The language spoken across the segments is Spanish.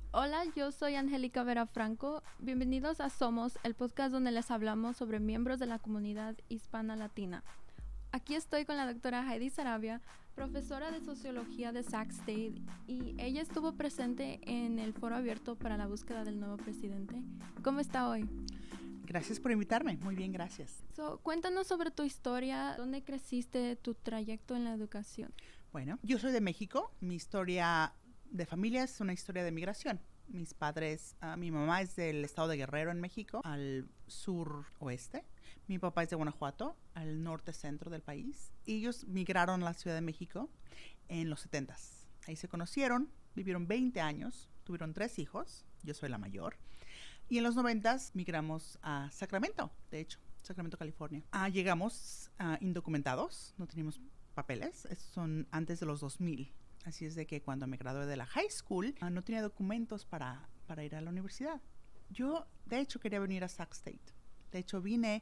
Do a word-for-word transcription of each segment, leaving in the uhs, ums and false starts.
Hola, yo soy Angélica Vera Franco. Bienvenidos a Somos, el podcast donde les hablamos sobre miembros de la comunidad hispana latina. Aquí estoy con la doctora Heidi Sarabia, profesora de Sociología de Sac State, y ella estuvo presente en el foro abierto para la búsqueda del nuevo presidente. ¿Cómo está hoy? Gracias por invitarme. Muy bien, gracias. So, cuéntanos sobre tu historia, dónde creciste, tu trayecto en la educación. Bueno, yo soy de México. Mi historia de familia es una historia de migración. Mis padres, uh, mi mamá es del estado de Guerrero en México, al sur oeste. Mi papá es de Guanajuato, al norte centro del país. Y ellos migraron a la Ciudad de México en los setentas. Ahí se conocieron, vivieron veinte años, tuvieron tres hijos. Yo soy la mayor. Y en los noventas migramos a Sacramento, de hecho, Sacramento, California. Ah, llegamos uh, indocumentados, no teníamos papeles. Estos son antes de los dos mil. Así es de que cuando me gradué de la high school, uh, no tenía documentos para, para ir a la universidad. Yo, de hecho, quería venir a Sac State. De hecho, vine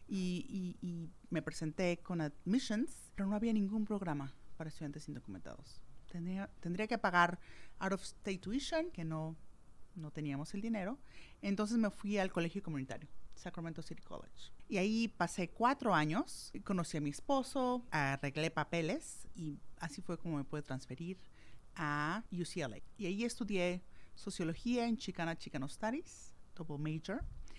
y, y, y me presenté con admissions, pero no había ningún programa para estudiantes indocumentados. Tendría, tendría que pagar out of state tuition, que no, no teníamos el dinero. Entonces me fui al colegio comunitario, Sacramento City College. Y ahí pasé cuatro años, conocí a mi esposo, arreglé papeles y así fue como me pude transferir a U C L A. Y ahí estudié sociología en Chicana Chicano Studies, double major.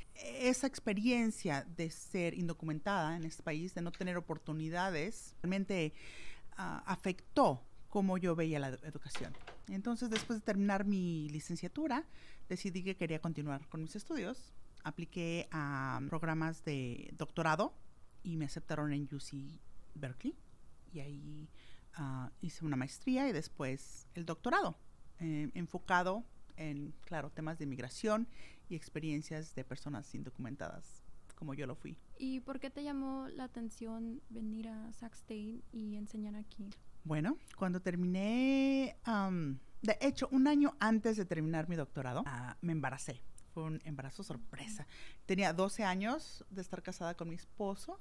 Esa experiencia de ser indocumentada en este país, de no tener oportunidades, realmente uh, afectó cómo yo veía la educación. Entonces, después de terminar mi licenciatura, decidí que quería continuar con mis estudios. Apliqué a programas de doctorado y me aceptaron en U C Berkeley. Y ahí uh, hice una maestría y después el doctorado, eh, enfocado en, claro, temas de inmigración y experiencias de personas indocumentadas, como yo lo fui. ¿Y por qué te llamó la atención venir a Sac State y enseñar aquí? Bueno, cuando terminé, um, de hecho, un año antes de terminar mi doctorado, uh, me embaracé. Fue un embarazo sorpresa. Tenía doce años de estar casada con mi esposo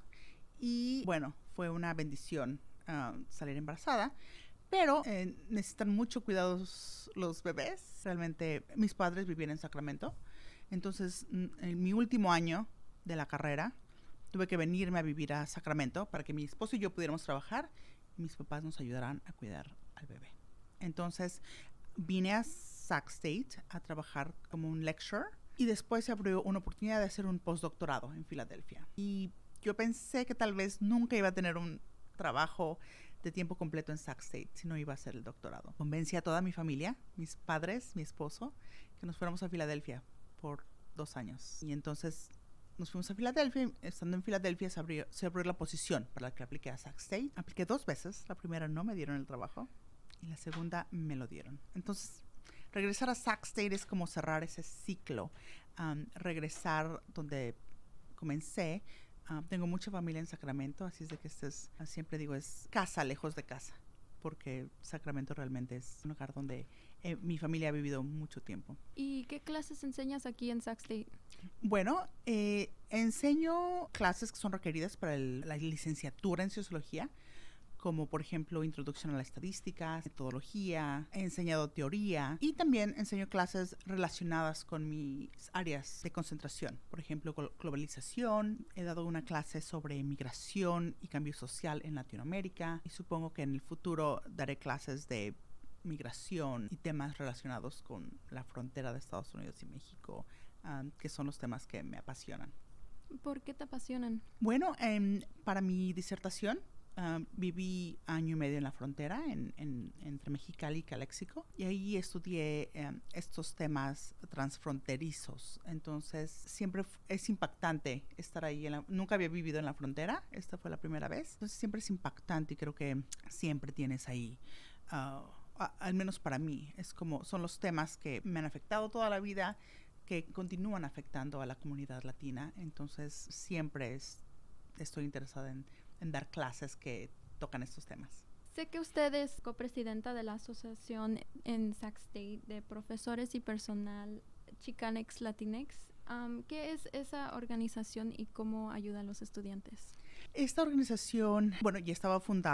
y, bueno, fue una bendición uh, salir embarazada. Pero eh, necesitan mucho cuidados los bebés. Realmente mis padres vivían en Sacramento. Entonces, en mi último año de la carrera, tuve que venirme a vivir a Sacramento para que mi esposo y yo pudiéramos trabajar y mis papás nos ayudaran a cuidar al bebé. Entonces, vine a Sac State a trabajar como un lecturer y después se abrió una oportunidad de hacer un postdoctorado en Filadelfia. Y yo pensé que tal vez nunca iba a tener un trabajo de tiempo completo en Sac State, si no iba a hacer el doctorado. Convencí a toda mi familia, mis padres, mi esposo, que nos fuéramos a Filadelfia por dos años. Y entonces nos fuimos a Filadelfia. Estando en Filadelfia se abrió, se abrió la posición para la que apliqué a Sac State. Apliqué dos veces. La primera no me dieron el trabajo y la segunda me lo dieron. Entonces, regresar a Sac State es como cerrar ese ciclo. Um, regresar donde comencé. Uh, tengo mucha familia en Sacramento, así es de que este es, uh, siempre digo, es casa lejos de casa, porque Sacramento realmente es un lugar donde eh, mi familia ha vivido mucho tiempo. ¿Y qué clases enseñas aquí en Sac State? Bueno, eh, enseño clases que son requeridas para el, la licenciatura en sociología, como por ejemplo introducción a la estadística, metodología, he enseñado teoría y también enseño clases relacionadas con mis áreas de concentración, por ejemplo globalización, he dado una clase sobre migración y cambio social en Latinoamérica y supongo que en el futuro daré clases de migración y temas relacionados con la frontera de Estados Unidos y México, um, que son los temas que me apasionan. ¿Por qué te apasionan? Bueno, eh, para mi disertación Uh, viví año y medio en la frontera en, en, entre Mexicali y Calexico y ahí estudié um, estos temas transfronterizos. Entonces siempre f- es impactante estar ahí. En la, nunca había vivido en la frontera, esta fue la primera vez. Entonces siempre es impactante y creo que siempre tienes ahí, uh, a, al menos para mí, es como son los temas que me han afectado toda la vida, que continúan afectando a la comunidad latina. Entonces siempre es, estoy interesada en en dar clases que tocan estos temas. Sé que usted es copresidenta de la asociación en Sac State de profesores y personal Chicanx Latinx. Um, ¿Qué es esa organización y cómo ayuda a los estudiantes? Esta organización, bueno, ya estaba fundada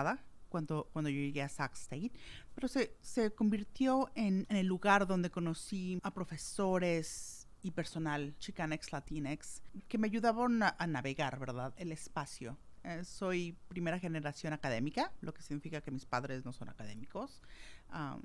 cuando, cuando yo llegué a Sac State, pero se, se convirtió en, en el lugar donde conocí a profesores y personal Chicanx, Latinx, que me ayudaban a, a navegar, ¿verdad?, el espacio. Eh, soy primera generación académica, lo que significa que mis padres no son académicos. Um,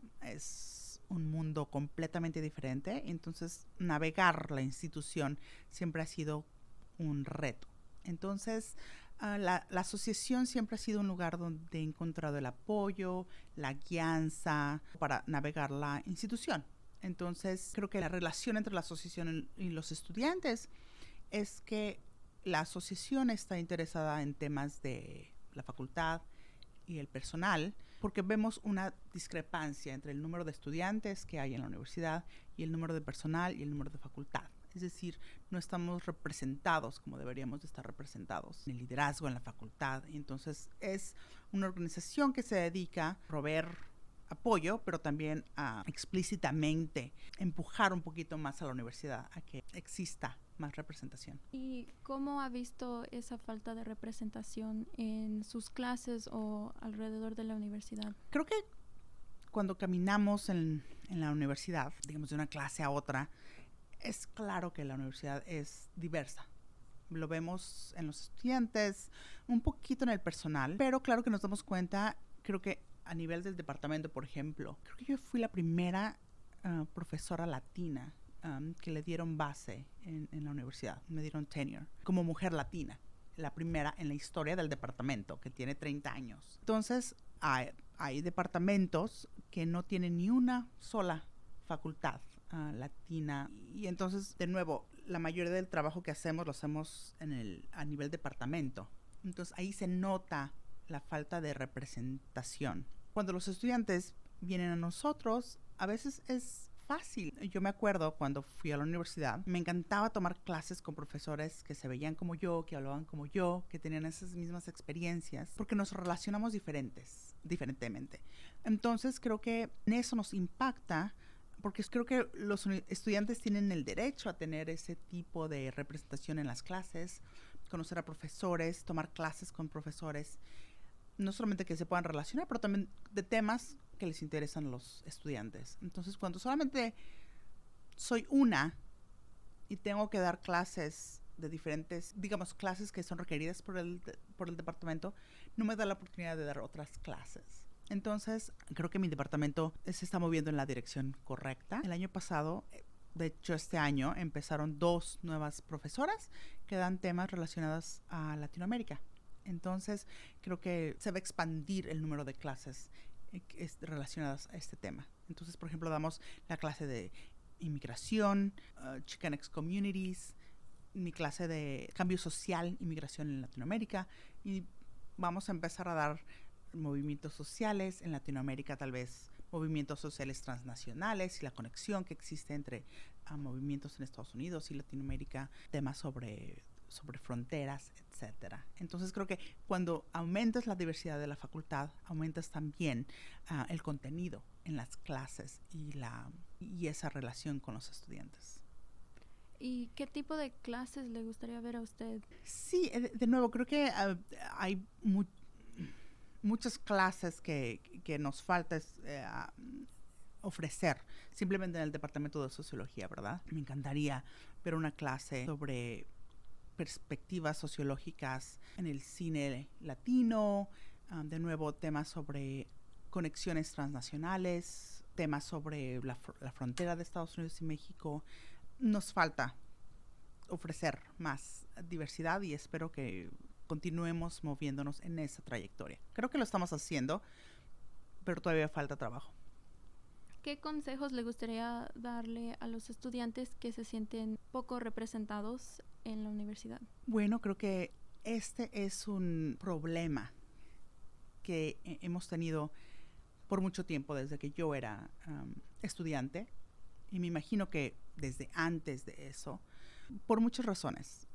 es un mundo completamente diferente, entonces navegar la institución siempre ha sido un reto. Entonces, uh, la, la asociación siempre ha sido un lugar donde he encontrado el apoyo, la guianza para navegar la institución. Entonces, creo que la relación entre la asociación y los estudiantes es que la asociación está interesada en temas de la facultad y el personal, porque vemos una discrepancia entre el número de estudiantes que hay en la universidad y el número de personal y el número de facultad. Es decir, no estamos representados como deberíamos de estar representados en el liderazgo, en la facultad. Y entonces es una organización que se dedica a proveer apoyo, pero también a explícitamente empujar un poquito más a la universidad a que exista más representación. ¿Y cómo ha visto esa falta de representación en sus clases o alrededor de la universidad? Creo que cuando caminamos en, en la universidad, digamos de una clase a otra, es claro que la universidad es diversa. Lo vemos en los estudiantes, un poquito en el personal, pero claro que nos damos cuenta, creo que a nivel del departamento, por ejemplo, creo que yo fui la primera uh, profesora latina um, que le dieron base en, en la universidad, me dieron tenure, como mujer latina, la primera en la historia del departamento, que tiene treinta años. Entonces, hay, hay departamentos que no tienen ni una sola facultad Uh, latina, y entonces de nuevo la mayoría del trabajo que hacemos lo hacemos en el, a nivel departamento, entonces ahí se nota la falta de representación. Cuando los estudiantes vienen a nosotros, a veces es fácil. Yo me acuerdo cuando fui a la universidad, me encantaba tomar clases con profesores que se veían como yo, que hablaban como yo, que tenían esas mismas experiencias, porque nos relacionamos diferentes, diferentemente. Entonces creo que en eso nos impacta, porque creo que los estudiantes tienen el derecho a tener ese tipo de representación en las clases, conocer a profesores, tomar clases con profesores, no solamente que se puedan relacionar, pero también de temas que les interesan a los estudiantes. Entonces, cuando solamente soy una y tengo que dar clases de diferentes, digamos, clases que son requeridas por el, por el departamento, no me da la oportunidad de dar otras clases. Entonces, creo que mi departamento se está moviendo en la dirección correcta. El año pasado, de hecho este año, empezaron dos nuevas profesoras que dan temas relacionados a Latinoamérica. Entonces, creo que se va a expandir el número de clases relacionadas a este tema. Entonces, por ejemplo, damos la clase de inmigración, uh, Chicanx Communities, mi clase de cambio social, inmigración en Latinoamérica, y vamos a empezar a dar movimientos sociales en Latinoamérica, tal vez movimientos sociales transnacionales y la conexión que existe entre uh, movimientos en Estados Unidos y Latinoamérica, temas sobre, sobre fronteras, etcétera. Entonces creo que cuando aumentas la diversidad de la facultad, aumentas también uh, el contenido en las clases y, la, y esa relación con los estudiantes. ¿Y qué tipo de clases le gustaría ver a usted? Sí, de, de nuevo, creo que uh, hay mu- muchas clases que, que nos falta eh, ofrecer simplemente en el departamento de sociología, ¿verdad? Me encantaría ver una clase sobre perspectivas sociológicas en el cine latino, um, de nuevo temas sobre conexiones transnacionales, temas sobre la, fr- la frontera de Estados Unidos y México. Nos falta ofrecer más diversidad y espero que continuemos moviéndonos en esa trayectoria. Creo que lo estamos haciendo, pero todavía falta trabajo. ¿Qué consejos le gustaría darle a los estudiantes que se sienten poco representados en la universidad? Bueno, creo que este es un problema que eh, hemos tenido por mucho tiempo, desde que yo era um, estudiante, y me imagino que desde antes de eso, por muchas razones.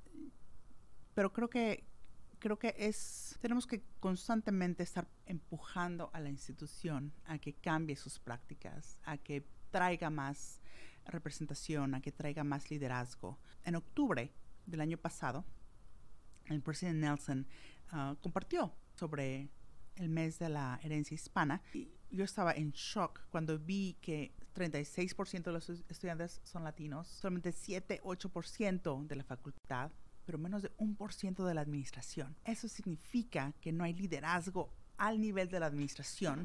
Pero creo que creo que es tenemos que constantemente estar empujando a la institución a que cambie sus prácticas, a que traiga más representación, a que traiga más liderazgo. En octubre del año pasado, el presidente Nelson uh, compartió sobre el mes de la herencia hispana. Y yo estaba en shock cuando vi que treinta y seis por ciento de los estudiantes son latinos, solamente siete, ocho por ciento de la facultad, pero menos de un por ciento de la administración. Eso significa que no hay liderazgo al nivel de la administración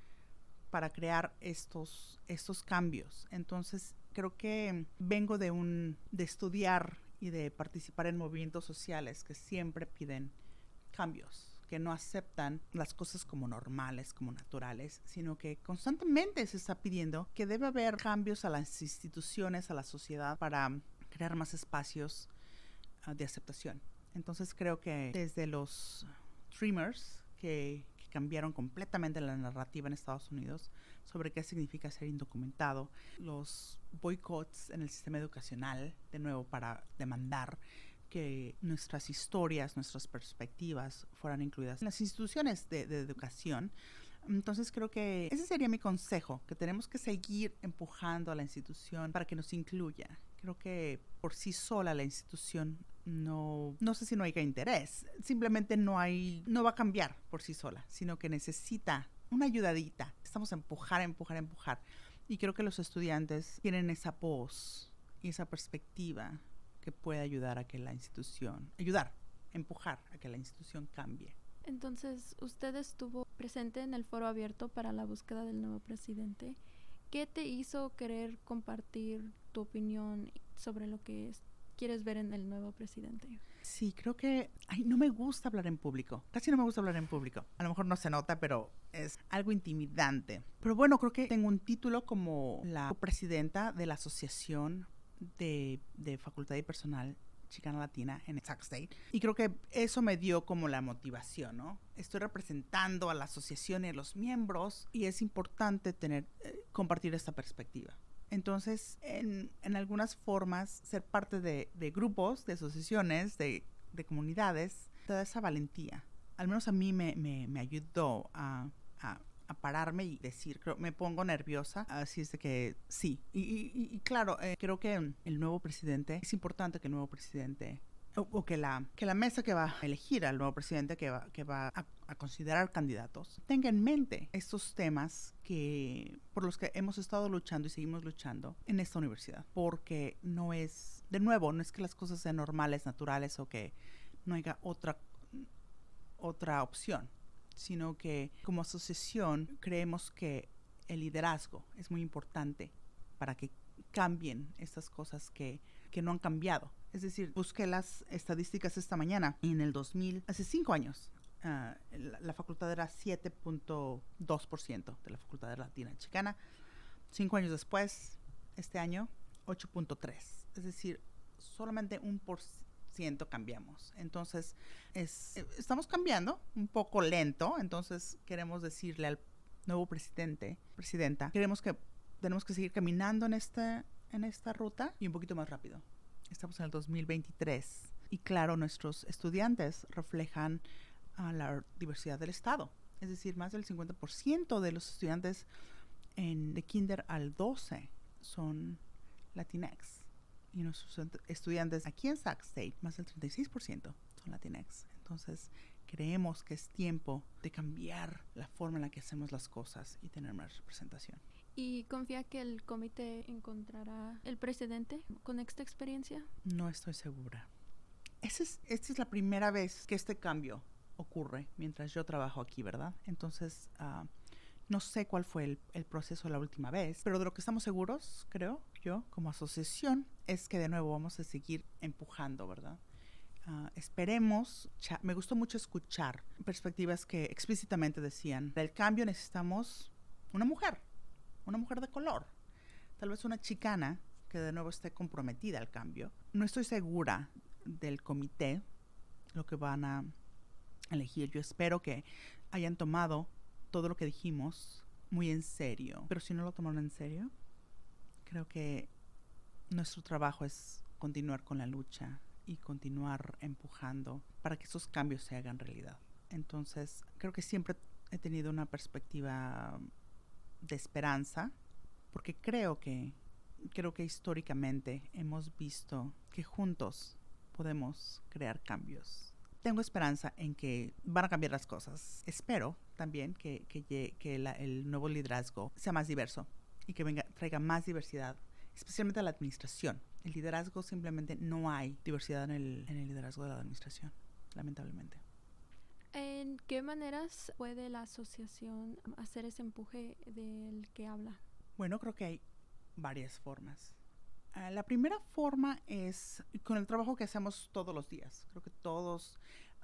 para crear estos, estos cambios. Entonces, creo que vengo de, un, de estudiar y de participar en movimientos sociales que siempre piden cambios, que no aceptan las cosas como normales, como naturales, sino que constantemente se está pidiendo que debe haber cambios a las instituciones, a la sociedad, para crear más espacios uh, de aceptación. Entonces creo que desde los Dreamers, que, que cambiaron completamente la narrativa en Estados Unidos sobre qué significa ser indocumentado, los boicots en el sistema educacional, de nuevo para demandar que nuestras historias, nuestras perspectivas fueran incluidas en las instituciones de, de educación. Entonces creo que ese sería mi consejo, que tenemos que seguir empujando a la institución para que nos incluya. Creo que por sí sola la institución no, no sé si no haya interés, simplemente no hay, no va a cambiar por sí sola, sino que necesita una ayudadita. Estamos a empujar, a empujar, a empujar. Y creo que los estudiantes tienen esa voz y esa perspectiva que puede ayudar a que la institución, ayudar, empujar a que la institución cambie. Entonces, usted estuvo presente en el foro abierto para la búsqueda del nuevo presidente. ¿Qué te hizo querer compartir tu opinión sobre lo que es, quieres ver en el nuevo presidente? Sí, creo que ay, no me gusta hablar en público. Casi no me gusta hablar en público. A lo mejor no se nota, pero es algo intimidante. Pero bueno, creo que tengo un título como la presidenta de la Asociación de, de Facultad y Personal Chicana Latina en Sac State. Y creo que eso me dio como la motivación, ¿no? Estoy representando a la asociación y a los miembros y es importante tener, eh, compartir esta perspectiva. Entonces, en, en algunas formas, ser parte de, de grupos, de asociaciones, de, de comunidades, te da esa valentía. Al menos a mí me, me, me ayudó a, a, a pararme y decir, creo, me pongo nerviosa, así es de que sí. Y, y, y claro, eh, creo que el nuevo presidente, es importante que el nuevo presidente, o, o que, la, que la mesa que va a elegir al nuevo presidente, que va, que va a, a considerar candidatos, tenga en mente estos temas que por los que hemos estado luchando y seguimos luchando en esta universidad. Porque no es, de nuevo, no es que las cosas sean normales, naturales o que no haya otra, otra opción, sino que como asociación creemos que el liderazgo es muy importante para que cambien estas cosas que, que no han cambiado. Es decir, busqué las estadísticas esta mañana y en el dos mil, hace cinco años, uh, la, la facultad era siete punto dos por ciento de la facultad latina chicana. Cinco años después, este año, ocho punto tres. Es decir, solamente un por ciento cambiamos. Entonces, es, estamos cambiando un poco lento. Entonces, queremos decirle al nuevo presidente, presidenta, queremos que tenemos que seguir caminando en esta, en esta ruta y un poquito más rápido. Estamos en el dos mil veintitrés y claro, nuestros estudiantes reflejan a la diversidad del estado. Es decir, más del cincuenta por ciento de los estudiantes en, de kinder al doce son Latinx. Y nuestros estudiantes aquí en Sac State, más del treinta y seis por ciento son Latinx. Entonces, creemos que es tiempo de cambiar la forma en la que hacemos las cosas y tener más representación. ¿Y confía que el comité encontrará el presidente con esta experiencia? No estoy segura. Esa es, esta es la primera vez que este cambio ocurre mientras yo trabajo aquí, ¿verdad? Entonces, uh, no sé cuál fue el, el proceso la última vez, pero de lo que estamos seguros, creo yo, como asociación, es que de nuevo vamos a seguir empujando, ¿verdad? Uh, esperemos, cha- me gustó mucho escuchar perspectivas que explícitamente decían, del cambio necesitamos una mujer, una mujer de color, tal vez una chicana que de nuevo esté comprometida al cambio. No estoy segura del comité, lo que van a elegir. Yo espero que hayan tomado todo lo que dijimos muy en serio, pero si no lo tomaron en serio, creo que nuestro trabajo es continuar con la lucha y continuar empujando para que esos cambios se hagan realidad. Entonces, creo que siempre he tenido una perspectiva de esperanza, porque creo que creo que históricamente hemos visto que juntos podemos crear cambios tengo esperanza en que van a cambiar las cosas. Espero también que, que, que la, el nuevo liderazgo sea más diverso y que venga, traiga más diversidad, especialmente a la administración. El liderazgo, simplemente no hay diversidad en el, en el liderazgo de la administración, lamentablemente. ¿En qué maneras puede la asociación hacer ese empuje del que habla? Bueno, creo que hay varias formas. Uh, la primera forma es con el trabajo que hacemos todos los días. Creo que todos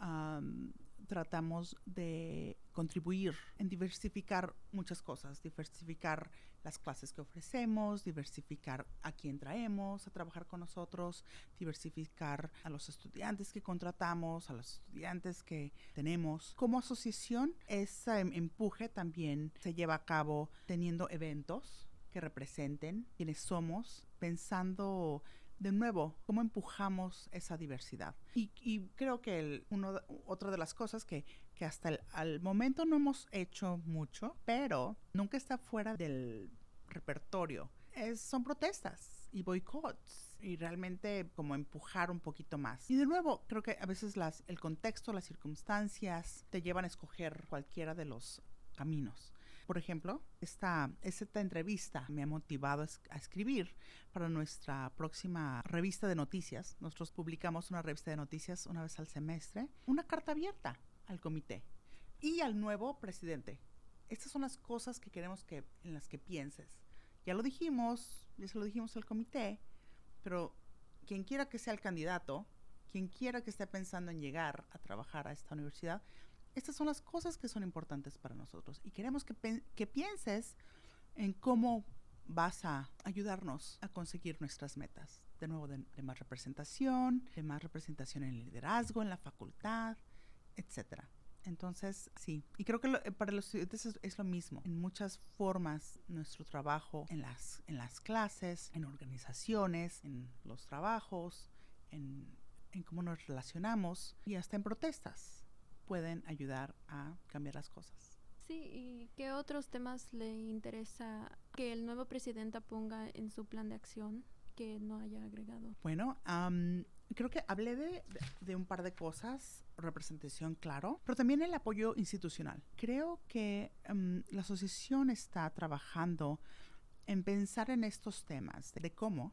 um, tratamos de contribuir en diversificar muchas cosas, diversificar las clases que ofrecemos, diversificar a quién traemos a trabajar con nosotros, diversificar a los estudiantes que contratamos, a los estudiantes que tenemos. Como asociación, ese empuje también se lleva a cabo teniendo eventos que representen quiénes somos, pensando de nuevo cómo empujamos esa diversidad. Y, y creo que el, uno, otra de las cosas que, que hasta el al momento no hemos hecho mucho, pero nunca está fuera del repertorio, es, son protestas y boicots, y realmente como empujar un poquito más. Y de nuevo, creo que a veces las, el contexto, las circunstancias te llevan a escoger cualquiera de los caminos. Por ejemplo, esta, esta entrevista me ha motivado a escribir para nuestra próxima revista de noticias. Nosotros publicamos una revista de noticias una vez al semestre, una carta abierta al comité y al nuevo presidente. Estas son las cosas que queremos que, en las que pienses. Ya lo dijimos, ya se lo dijimos al comité, pero quien quiera que sea el candidato, quien quiera que esté pensando en llegar a trabajar a esta universidad, estas son las cosas que son importantes para nosotros y queremos que, pe- que pienses en cómo vas a ayudarnos a conseguir nuestras metas. De nuevo, de, de más representación, de más representación en el liderazgo, en la facultad, etcétera. Entonces, sí, y creo que lo, para los estudiantes es, es lo mismo. En muchas formas, nuestro trabajo en las, en las clases, en organizaciones, en los trabajos, en, en cómo nos relacionamos y hasta en protestas pueden ayudar a cambiar las cosas. Sí, ¿y qué otros temas le interesa que el nuevo presidente ponga en su plan de acción que no haya agregado? Bueno, um, creo que hablé de, de, de un par de cosas, representación, claro, pero también el apoyo institucional. Creo que um, la asociación está trabajando en pensar en estos temas, de, de cómo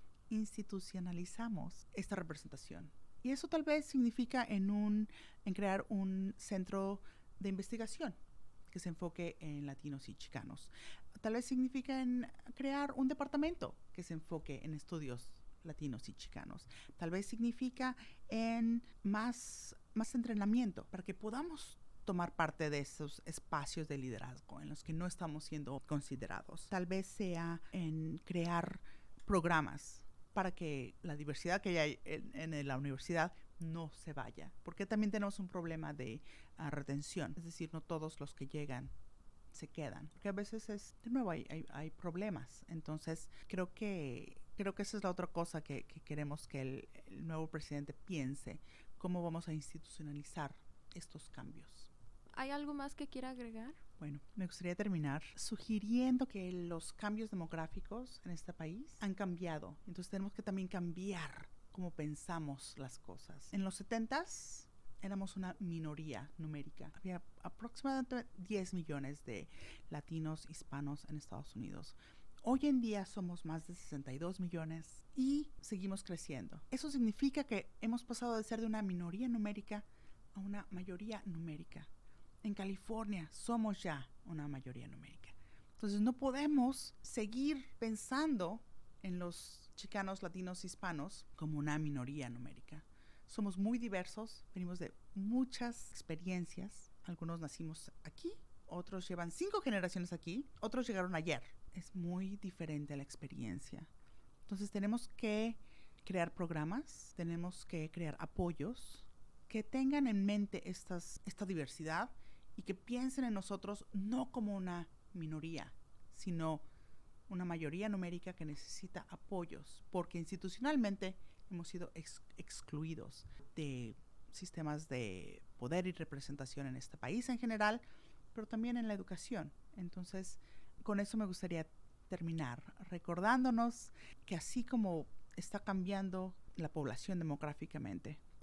institucionalizamos esta representación. Y eso tal vez significa en, un, en crear un centro de investigación que se enfoque en latinos y chicanos. Tal vez significa en crear un departamento que se enfoque en estudios latinos y chicanos. Tal vez significa en más, más entrenamiento para que podamos tomar parte de esos espacios de liderazgo en los que no estamos siendo considerados. Tal vez sea en crear programas para que la diversidad que hay en, en la universidad no se vaya. Porque también tenemos un problema de uh, retención. Es decir, no todos los que llegan se quedan. Porque a veces es, de nuevo, hay, hay, hay problemas. Entonces, creo que, creo que esa es la otra cosa que, que queremos que el, el nuevo presidente piense. Cómo vamos a institucionalizar estos cambios. ¿Hay algo más que quiera agregar? Bueno, me gustaría terminar sugiriendo que los cambios demográficos en este país han cambiado. Entonces tenemos que también cambiar cómo pensamos las cosas. En los setentas éramos una minoría numérica. Había aproximadamente diez millones de latinos hispanos en Estados Unidos. Hoy en día somos más de sesenta y dos millones y seguimos creciendo. Eso significa que hemos pasado de ser de una minoría numérica a una mayoría numérica. En California somos ya una mayoría numérica. Entonces no podemos seguir pensando en los chicanos, latinos, hispanos como una minoría numérica. Somos muy diversos, venimos de muchas experiencias. Algunos nacimos aquí, otros llevan cinco generaciones aquí, otros llegaron ayer. Es muy diferente la experiencia. Entonces tenemos que crear programas, tenemos que crear apoyos que tengan en mente estas, esta diversidad y que piensen en nosotros no como una minoría, sino una mayoría numérica que necesita apoyos, porque institucionalmente hemos sido ex- excluidos de sistemas de poder y representación en este país en general, pero también en la educación. Entonces, con eso me gustaría terminar, recordándonos que así como está cambiando la población demográficamente,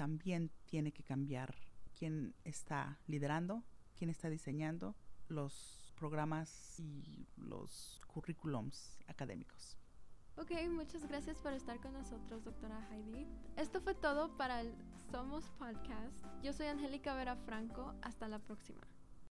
también tiene que cambiar quién está liderando, quién está diseñando los programas y los currículums académicos. Ok, muchas gracias por estar con nosotros, doctora Heidi. Esto fue todo para el Somos Podcast. Yo soy Angélica Vera Franco. Hasta la próxima.